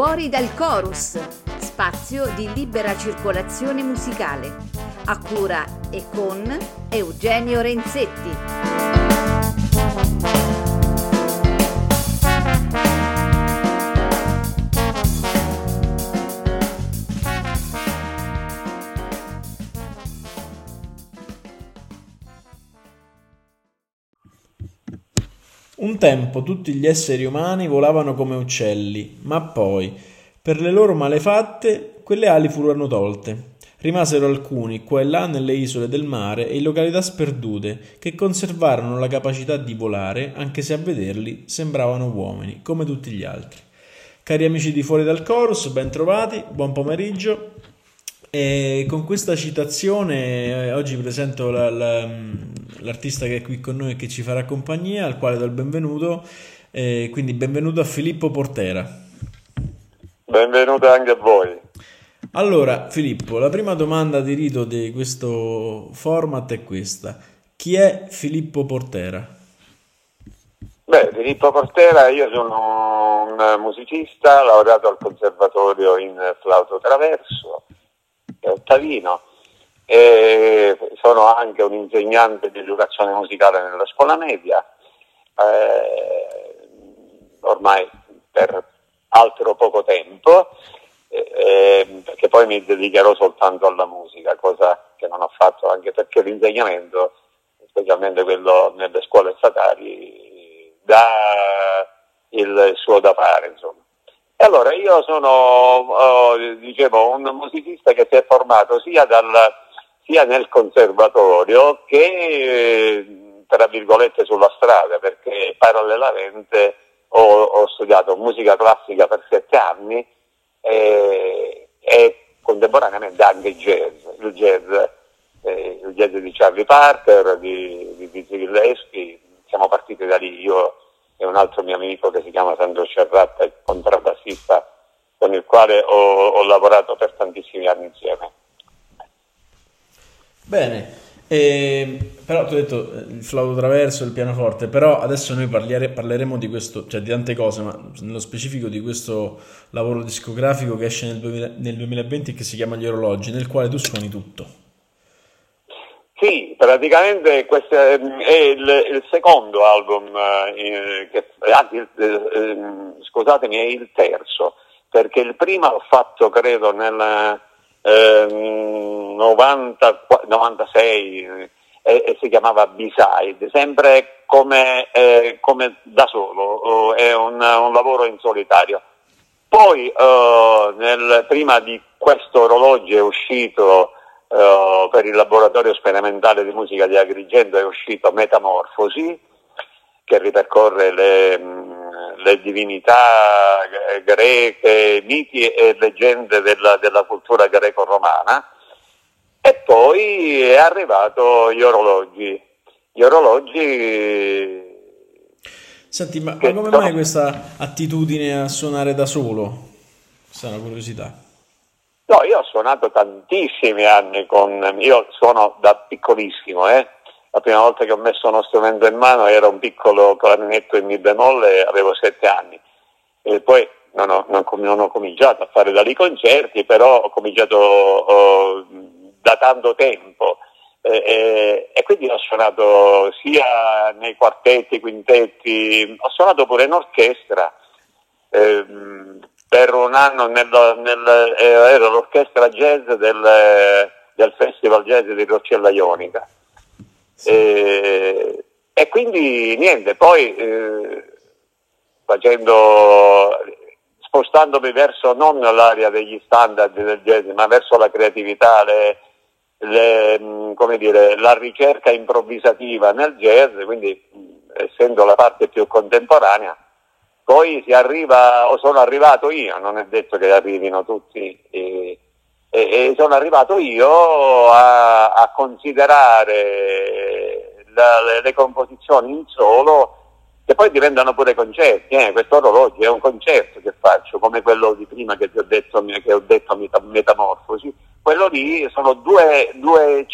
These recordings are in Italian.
Fuori dal Chorus, spazio di libera circolazione musicale, a cura e con Eugenio Renzetti. Un tempo tutti gli esseri umani volavano come uccelli, ma poi, per le loro malefatte, quelle ali furono tolte. Rimasero alcuni qua e là nelle isole del mare e in località sperdute che conservarono la capacità di volare, anche se a vederli sembravano uomini, come tutti gli altri. Cari amici di Fuori dal Chorus, ben trovati, buon pomeriggio. E con questa citazione oggi presento l'artista che è qui con noi e che ci farà compagnia, al quale do il benvenuto, quindi benvenuto a Filippo Portera. Benvenuto anche a voi. Allora Filippo, la prima domanda di rito di questo format è questa: chi è Filippo Portera? Filippo Portera, io sono un musicista laureato al conservatorio in flauto traverso e ottavino, e sono anche un insegnante di educazione musicale nella scuola media, ormai per altro poco tempo, perché poi mi dedicherò soltanto alla musica, cosa che non ho fatto, anche perché l'insegnamento, specialmente quello nelle scuole statali, dà il suo da fare, insomma. E allora io sono, un musicista che si è formato sia nel conservatorio che, tra virgolette, sulla strada, perché parallelamente ho studiato musica classica per 7 anni e contemporaneamente anche il jazz di Charlie Parker, di Dizzy Gillespie. Siamo partiti da lì, io e un altro mio amico che si chiama Sandro Cerratta, il contrabbassista con il quale ho lavorato per tantissimi anni insieme. Bene, però tu hai detto il flauto traverso e il pianoforte, però adesso noi parleremo di questo, cioè di tante cose, ma nello specifico di questo lavoro discografico che esce nel 2020 che si chiama Gli Orologi, nel quale tu suoni tutto. Sì, praticamente questo è il secondo album, scusatemi, è il terzo, perché il primo l'ho fatto credo nel 96 e si chiamava B-Side, sempre come da solo, è un lavoro in solitario. Poi prima di questo orologio è uscito per il laboratorio sperimentale di musica di Agrigento, è uscito Metamorfosi, che ripercorre le divinità greche, miti e leggende della cultura greco-romana, e poi è arrivato Gli Orologi. Senti, ma come mai questa attitudine a suonare da solo? Questa è una curiosità. No, io ho suonato tantissimi anni io suono da piccolissimo, La prima volta che ho messo uno strumento in mano era un piccolo clarinetto in mi bemolle, avevo 7 anni. E poi non ho cominciato a fare da lì concerti, però ho cominciato da tanto tempo. E quindi ho suonato sia nei quartetti, quintetti, ho suonato pure in orchestra. Per un anno ero l'orchestra jazz del Festival Jazz di Roccella Ionica. Sì. E quindi niente, poi spostandomi verso non l'area degli standard del jazz, ma verso la creatività, la ricerca improvvisativa nel jazz, quindi essendo la parte più contemporanea, poi sono arrivato io, non è detto che arrivino tutti, e sono arrivato io a considerare le composizioni in solo, che poi diventano pure concerti. Questo orologio è un concerto che faccio, come quello di prima che ho detto Metamorfosi. Quello lì sono due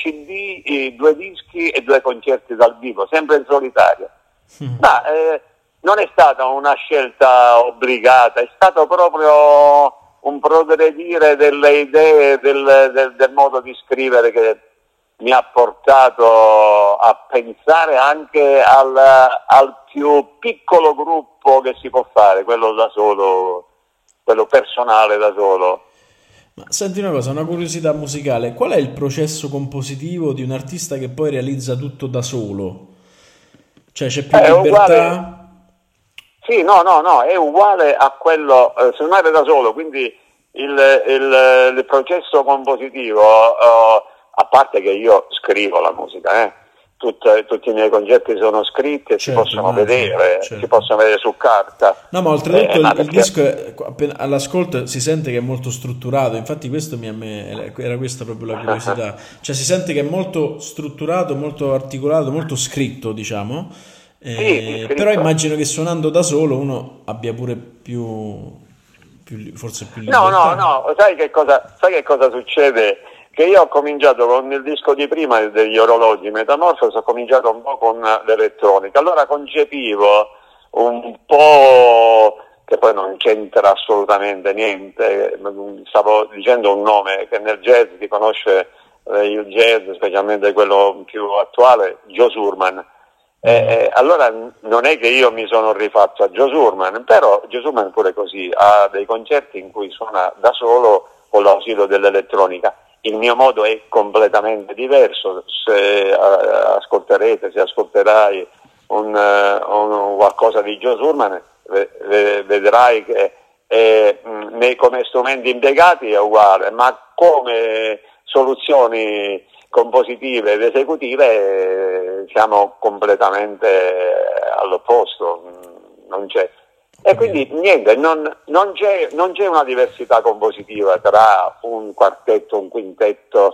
CD, 2 dischi e 2 concerti dal vivo, sempre in solitario. Ma non è stata una scelta obbligata, è stato proprio un progredire delle idee, del modo di scrivere che mi ha portato a pensare anche al più piccolo gruppo che si può fare, quello da solo, quello personale da solo. Ma senti una cosa, una curiosità musicale, qual è il processo compositivo di un artista che poi realizza tutto da solo? Cioè c'è più libertà? Uguale, sì, no, è uguale a quello, suonare da solo, quindi il processo compositivo, a parte che io scrivo la musica, tutti i miei concerti sono scritti e Certo, si possono immagino, vedere, certo. si possono vedere su carta. No, ma oltretutto Ma il perché- disco all'ascolto si sente che è molto strutturato, infatti questo era questa proprio la curiosità, cioè si sente che è molto strutturato, molto articolato, molto scritto, diciamo. Sì, Però scritto. immagino che suonando da solo uno abbia pure forse più No, libertà. sai che cosa succede? Che io ho cominciato con il disco di prima degli orologi Metamorfosi, ho cominciato un po' con l'elettronica, allora concepivo un po', che poi non c'entra assolutamente niente, stavo dicendo un nome che nel jazz si conosce, il jazz, specialmente quello più attuale, Joe Surman. Allora non è che io mi sono rifatto a Joe Surman, però Joe Surman pure così, ha dei concerti in cui suona da solo con l'ausilio dell'elettronica. Il mio modo è completamente diverso, se ascolterai qualcosa di Joe Surman, vedrai che come strumenti impiegati è uguale, ma come soluzioni compositive ed esecutive siamo completamente all'opposto, non c'è. E quindi niente, non c'è una diversità compositiva tra un quartetto, un quintetto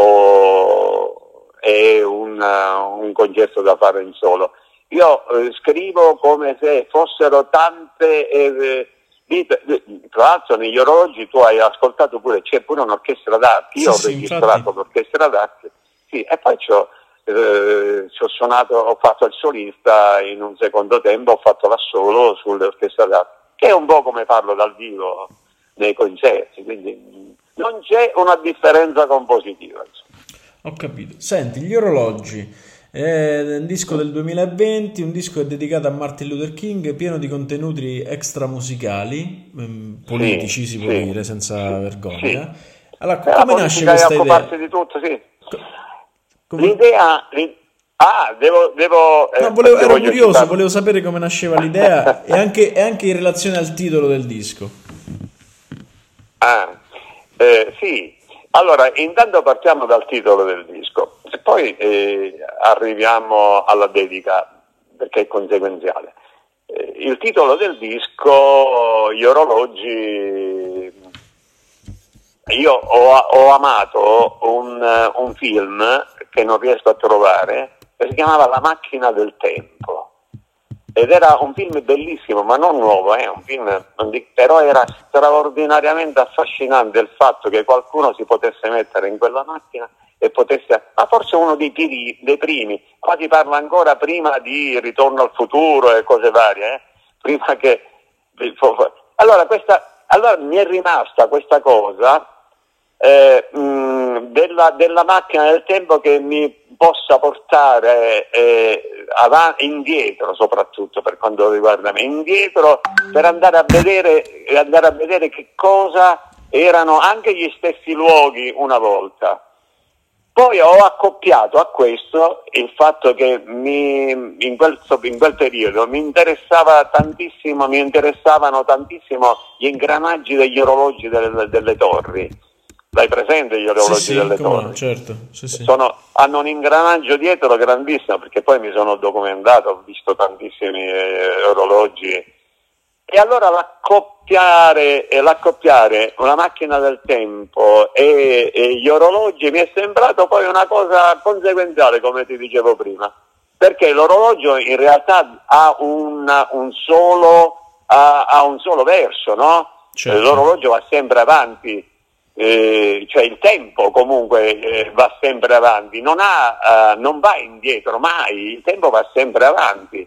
e un concerto da fare in solo. Io scrivo come se fossero tante tra l'altro negli orologi tu hai ascoltato pure, c'è pure un'orchestra d'archi, io ho Sì, registrato infatti. l'orchestra d'archi, sì, e poi ci ho suonato, ho fatto il solista in un secondo tempo, ho fatto l'assolo sull'orchestra d'archi, che è un po' come farlo dal vivo nei concerti, quindi non c'è una differenza compositiva, insomma. Ho capito. Senti, gli orologi. È un disco del 2020, un disco che è dedicato a Martin Luther King, pieno di contenuti extramusicali, politici si può Sì, dire, senza sì, vergogna. sì. Allora, La come nasce politica è questa occuparsi idea? di tutto, sì. Com- L'idea... devo No, perché ero voglio curioso, citare- volevo sapere come nasceva l'idea e anche in relazione al titolo del disco. Sì, allora intanto partiamo dal titolo del disco e poi arriviamo alla dedica perché è conseguenziale. Il titolo del disco, Gli orologi, io ho amato un film che non riesco a trovare, che si chiamava La macchina del tempo. Ed era un film bellissimo, ma non nuovo, un film, però era straordinariamente affascinante il fatto che qualcuno si potesse mettere in quella macchina e ma forse uno dei primi, qua si parla ancora prima di Ritorno al futuro e cose varie, prima che... Allora mi è rimasta questa cosa della macchina del tempo che mi possa portare indietro, soprattutto per quanto riguarda me, indietro per andare a vedere che cosa erano anche gli stessi luoghi una volta. Poi ho accoppiato a questo il fatto che in quel periodo mi interessavano tantissimo gli ingranaggi degli orologi delle torri. L'hai presente gli orologi Sì, delle come no, torri? certo. Sì. Hanno un ingranaggio dietro grandissimo, perché poi mi sono documentato, ho visto tantissimi orologi. E allora l'accoppiare una macchina del tempo e gli orologi mi è sembrato poi una cosa conseguenziale, come ti dicevo prima, perché l'orologio in realtà ha un solo verso, no? Certo. L'orologio va sempre avanti. Cioè il tempo comunque va sempre avanti, non va indietro mai, il tempo va sempre avanti.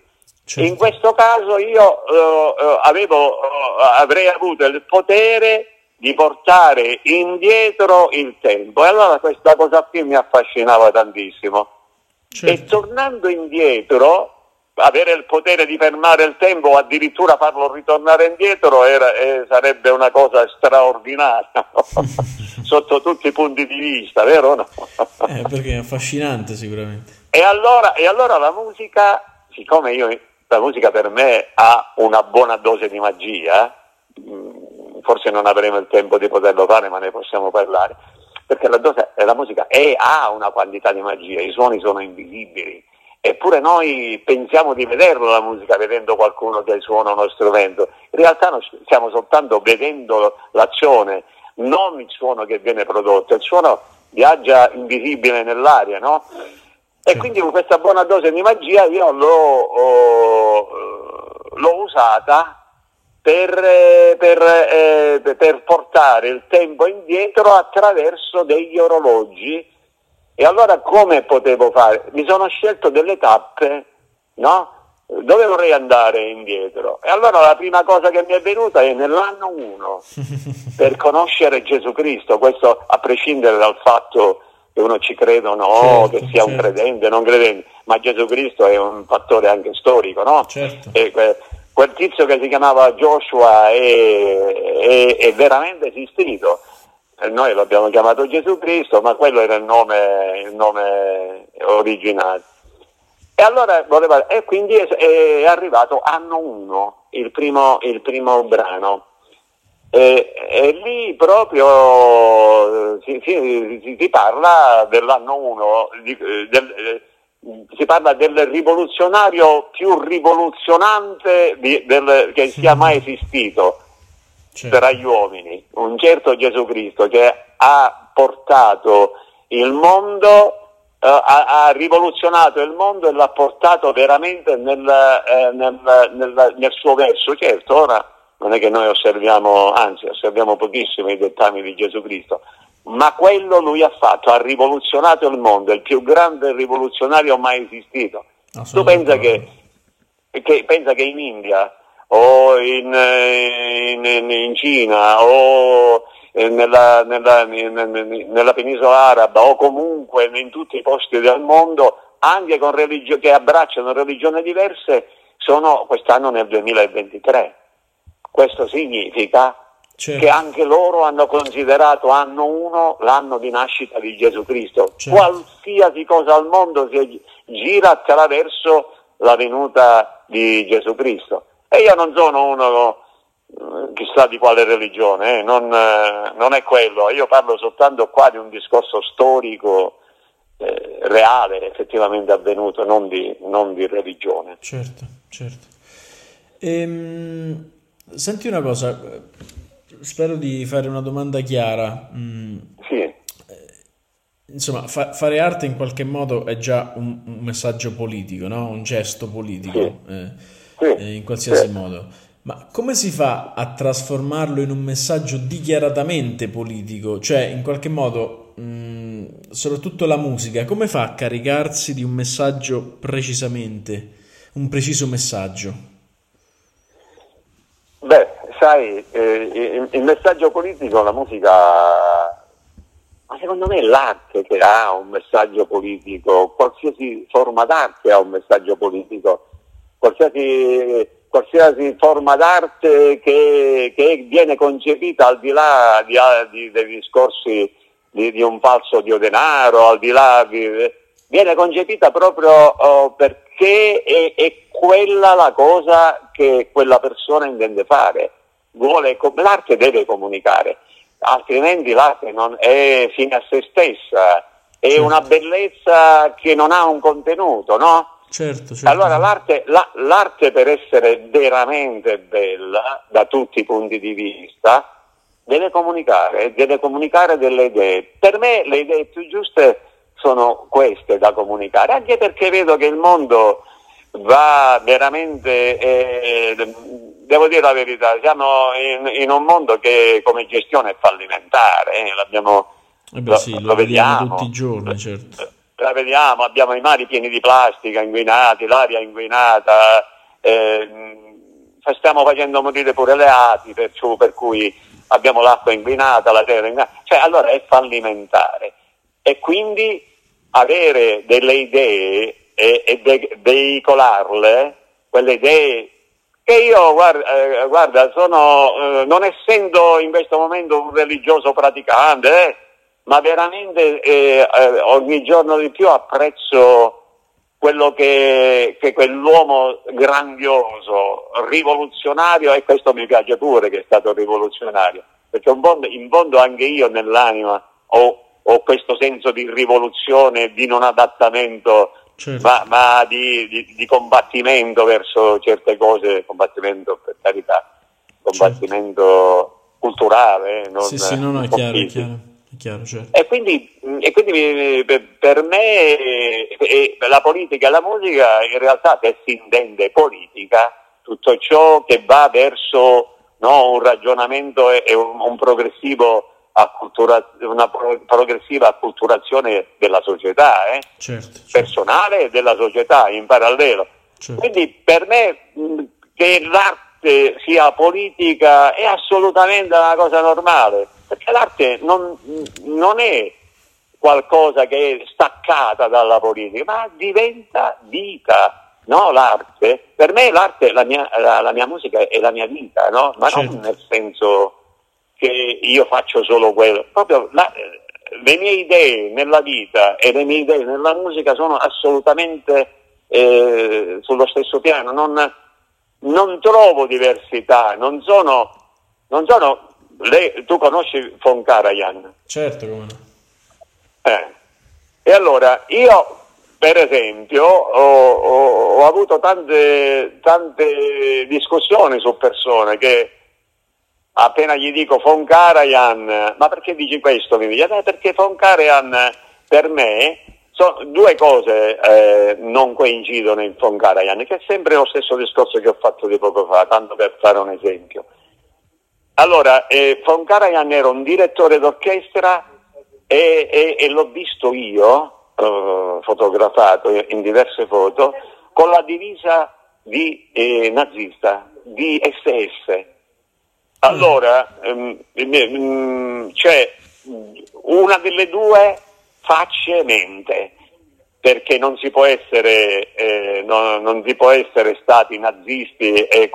Certo. In questo caso io avrei avuto il potere di portare indietro il tempo, e allora questa cosa qui mi affascinava tantissimo. Certo. E tornando indietro, avere il potere di fermare il tempo o addirittura farlo ritornare indietro sarebbe una cosa straordinaria, no? Sotto tutti i punti di vista, vero? No? Perché è affascinante sicuramente. E allora la musica, siccome la musica per me ha una buona dose di magia, forse non avremo il tempo di poterlo fare, ma ne possiamo parlare, perché la musica ha una quantità di magia, i suoni sono invisibili, eppure noi pensiamo di vederlo la musica vedendo qualcuno che suona uno strumento. In realtà noi stiamo soltanto vedendo l'azione, non il suono che viene prodotto. Il suono viaggia invisibile nell'aria, no? E quindi con questa buona dose di magia io l'ho usata per portare il tempo indietro attraverso degli orologi. E allora come potevo fare? Mi sono scelto delle tappe, no? Dove vorrei andare indietro? E allora la prima cosa che mi è venuta è nell'anno 1, per conoscere Gesù Cristo, questo a prescindere dal fatto che uno ci crede o no, certo, che sia un credente, non credente, ma Gesù Cristo è un fattore anche storico, no? Certo. E quel tizio che si chiamava Joshua è veramente esistito. Noi l'abbiamo chiamato Gesù Cristo, ma quello era il nome originale. E allora e quindi è arrivato anno 1, il primo brano. E lì proprio si parla dell'anno 1, si parla del rivoluzionario più rivoluzionante che sia mai esistito. Certo. Tra gli uomini, un certo Gesù Cristo che ha portato il mondo, ha rivoluzionato il mondo e l'ha portato veramente nel suo verso. Certo, ora non è che noi osserviamo pochissimo i dettami di Gesù Cristo, ma quello lui ha fatto, ha rivoluzionato il mondo, è il più grande rivoluzionario mai esistito. Tu pensa che in India o in Cina o nella penisola araba o comunque in tutti i posti del mondo, anche con che abbracciano religioni diverse, sono quest'anno nel 2023. Questo significa certo, che anche loro hanno considerato anno 1 l'anno di nascita di Gesù Cristo. Certo. Qualsiasi cosa al mondo si gira attraverso la venuta di Gesù Cristo. E io non sono uno chissà di quale religione, non è quello, io parlo soltanto qua di un discorso storico reale, effettivamente avvenuto, non di religione. Certo. Senti una cosa, spero di fare una domanda chiara. Sì. Insomma, fare arte in qualche modo è già un messaggio politico, no? Un gesto politico. Sì. In qualsiasi modo, ma come si fa a trasformarlo in un messaggio dichiaratamente politico? Cioè, in qualche modo, soprattutto la musica, come fa a caricarsi di un messaggio precisamente, un preciso messaggio? Beh, sai, il messaggio politico, la musica, ma secondo me è l'arte che ha un messaggio politico, qualsiasi forma d'arte ha un messaggio politico. Qualsiasi forma d'arte che viene concepita al di là dei discorsi di un falso dio denaro, al di là viene concepita proprio perché è quella la cosa che quella persona intende fare. L'arte deve comunicare, altrimenti l'arte non è fine a se stessa, è una bellezza che non ha un contenuto, no? Certo. Allora l'arte per essere veramente bella da tutti i punti di vista deve comunicare delle idee. Per me le idee più giuste sono queste da comunicare, anche perché vedo che il mondo va veramente, devo dire la verità, siamo in un mondo che come gestione è fallimentare, lo vediamo tutti i giorni, certo. La vediamo, abbiamo i mari pieni di plastica inquinati, l'aria inquinata, stiamo facendo morire pure le api, per cui abbiamo l'acqua inquinata, la terra inquinata, cioè allora è fallimentare. E quindi avere delle idee e veicolarle, quelle idee che io, guarda, sono, non essendo in questo momento un religioso praticante, ma veramente ogni giorno di più apprezzo quello che quell'uomo grandioso, rivoluzionario, e questo mi piace pure che è stato rivoluzionario, perché in fondo anche io nell'anima ho questo senso di rivoluzione, di non adattamento, certo, ma di combattimento verso certe cose, combattimento per carità, combattimento culturale. Non, sì, no, è chiaro, certo. E quindi per me la politica e la musica, in realtà, se si intende politica, tutto ciò che va verso, no, un ragionamento e un progressivo una progressiva acculturazione della società, certo. Personale e della società in parallelo. Certo. Quindi per me che l'arte sia politica è assolutamente una cosa normale, perché l'arte non è qualcosa che è staccata dalla politica, ma diventa vita, no? L'arte, per me l'arte, la mia musica è la mia vita, no? Ma certo, non nel senso che io faccio solo quello, proprio le mie idee nella vita e le mie idee nella musica sono assolutamente sullo stesso piano, non trovo diversità, non sono tu conosci von Karajan? Certo, come no. E allora io, per esempio, ho avuto tante discussioni su persone che appena gli dico von Karajan, ma perché dici questo? Mi dice, perché von Karajan per me due cose non coincidono in von Karajan, che è sempre lo stesso discorso che ho fatto di poco fa, tanto per fare un esempio. Allora, von Karajan era un direttore d'orchestra e l'ho visto io, fotografato in diverse foto, con la divisa di nazista, di SS. Allora, c'è una delle due facce mente, perché non si può essere stati nazisti e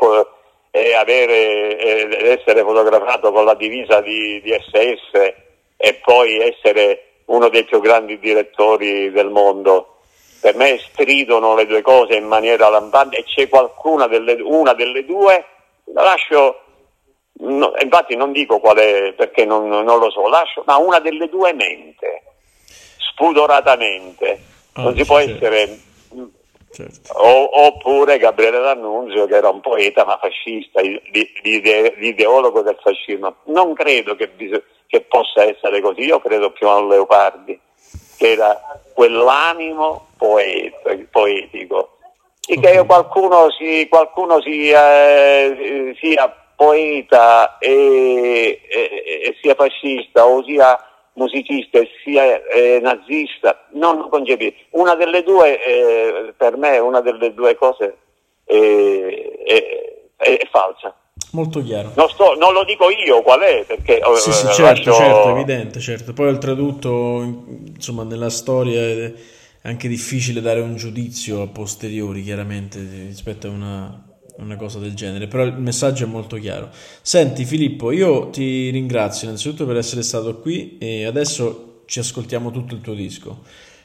essere fotografato con la divisa di SS e poi essere uno dei più grandi direttori del mondo. Per me stridono le due cose in maniera lampante, e c'è una delle due, la lascio. No, infatti non dico qual è, perché non lo so, ma una delle due mente, spudoratamente, non si può essere, certo. Oppure Gabriele D'Annunzio, che era un poeta ma fascista, l'ideologo del fascismo. Non credo che possa essere così, io credo più a Leopardi, che era quell'animo poetico, e che qualcuno sia poeta e sia fascista, o sia musicista e sia nazista, non concepibile. Una delle due, per me, una delle due cose è falsa. Molto chiaro. Non lo dico io qual è, perché sì, certo, evidente, certo. Poi oltretutto, insomma, nella storia è anche difficile dare un giudizio a posteriori, chiaramente, rispetto a una cosa del genere, però il messaggio è molto chiaro. Senti Filippo, io ti ringrazio innanzitutto per essere stato qui, e adesso ci ascoltiamo tutto il tuo disco.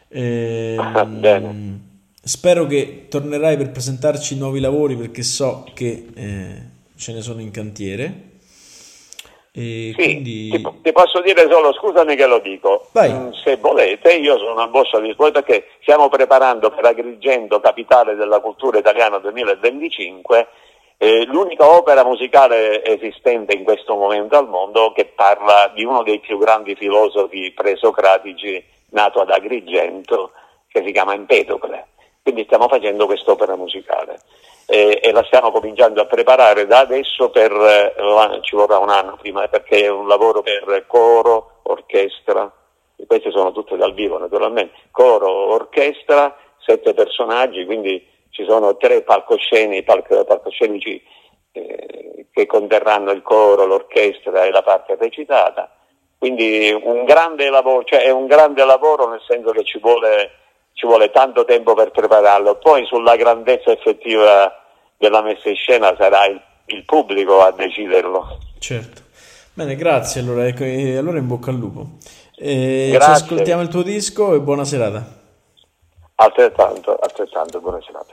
Bene. Spero che tornerai per presentarci nuovi lavori, perché so che ce ne sono in cantiere. E sì, quindi ti posso dire solo, scusami che lo dico. Vai. Se volete, io sono a vostra disposizione, perché stiamo preparando per Agrigento, capitale della cultura italiana 2025, l'unica opera musicale esistente in questo momento al mondo, che parla di uno dei più grandi filosofi presocratici nato ad Agrigento, che si chiama Empedocle. Quindi stiamo facendo quest'opera musicale. E la stiamo cominciando a preparare da adesso, ci vorrà un anno prima, perché è un lavoro per coro, orchestra, e queste sono tutte dal vivo naturalmente, coro, orchestra, 7 personaggi, quindi ci sono 3 palcoscenici che conterranno il coro, l'orchestra e la parte recitata, quindi un grande lavoro, cioè è un grande lavoro nel senso che ci vuole tanto tempo per prepararlo, poi sulla grandezza effettiva della messa in scena sarà il pubblico a deciderlo. Certo. Bene, grazie allora, allora in bocca al lupo. Ci Grazie. ascoltiamo il tuo disco e buona serata. Altrettanto, buona serata.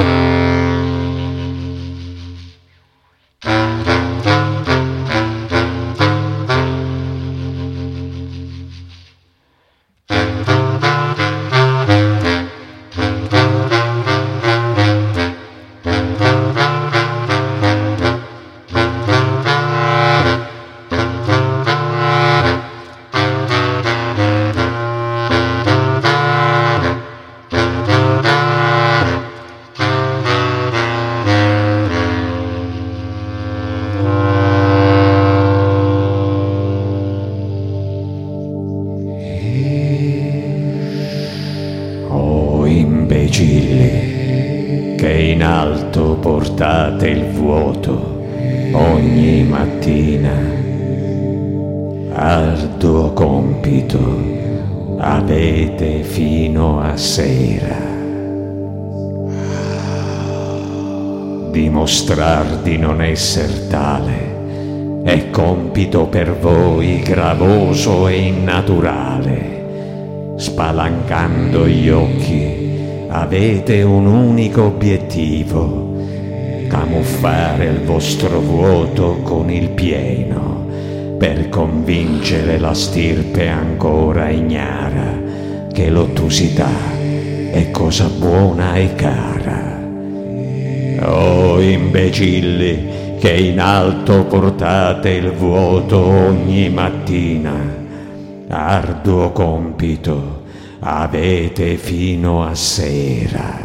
Imbecilli, che in alto portate il vuoto ogni mattina. Arduo compito avete fino a sera. Dimostrar di non esser tale è compito per voi gravoso e innaturale. Spalancando gli occhi avete un unico obiettivo: camuffare il vostro vuoto con il pieno, per convincere la stirpe ancora ignara che l'ottusità è cosa buona e cara. Oh imbecilli, che in alto portate il vuoto ogni mattina, arduo compito avete fino a sera.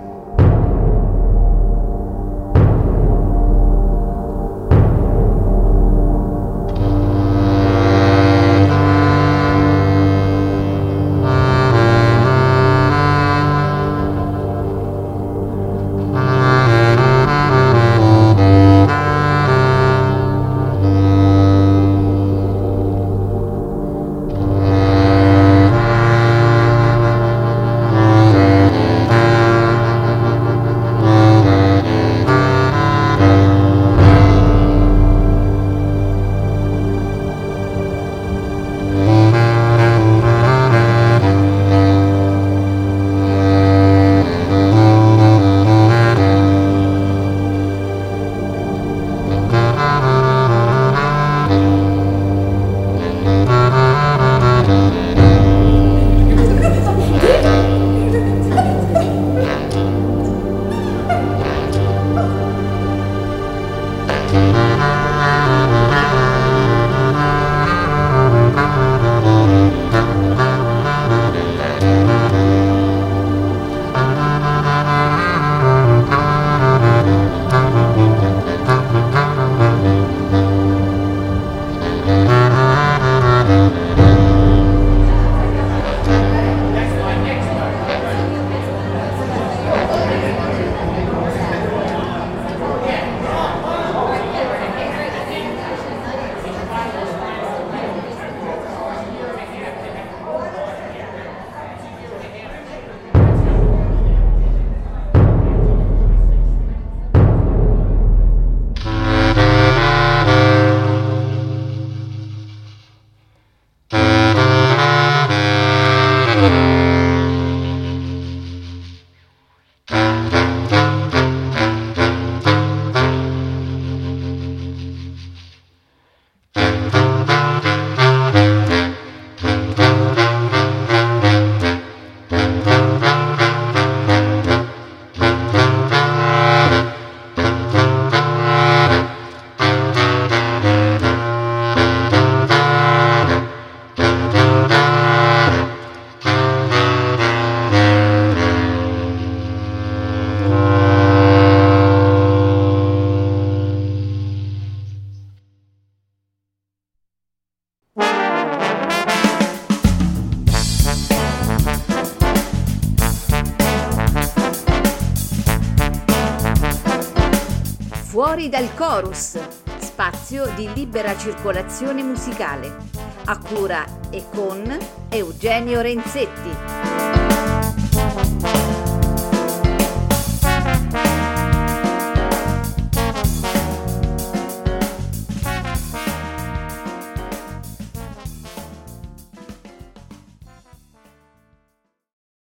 Fuori dal chorus, spazio di libera circolazione musicale, a cura e con Eugenio Renzetti.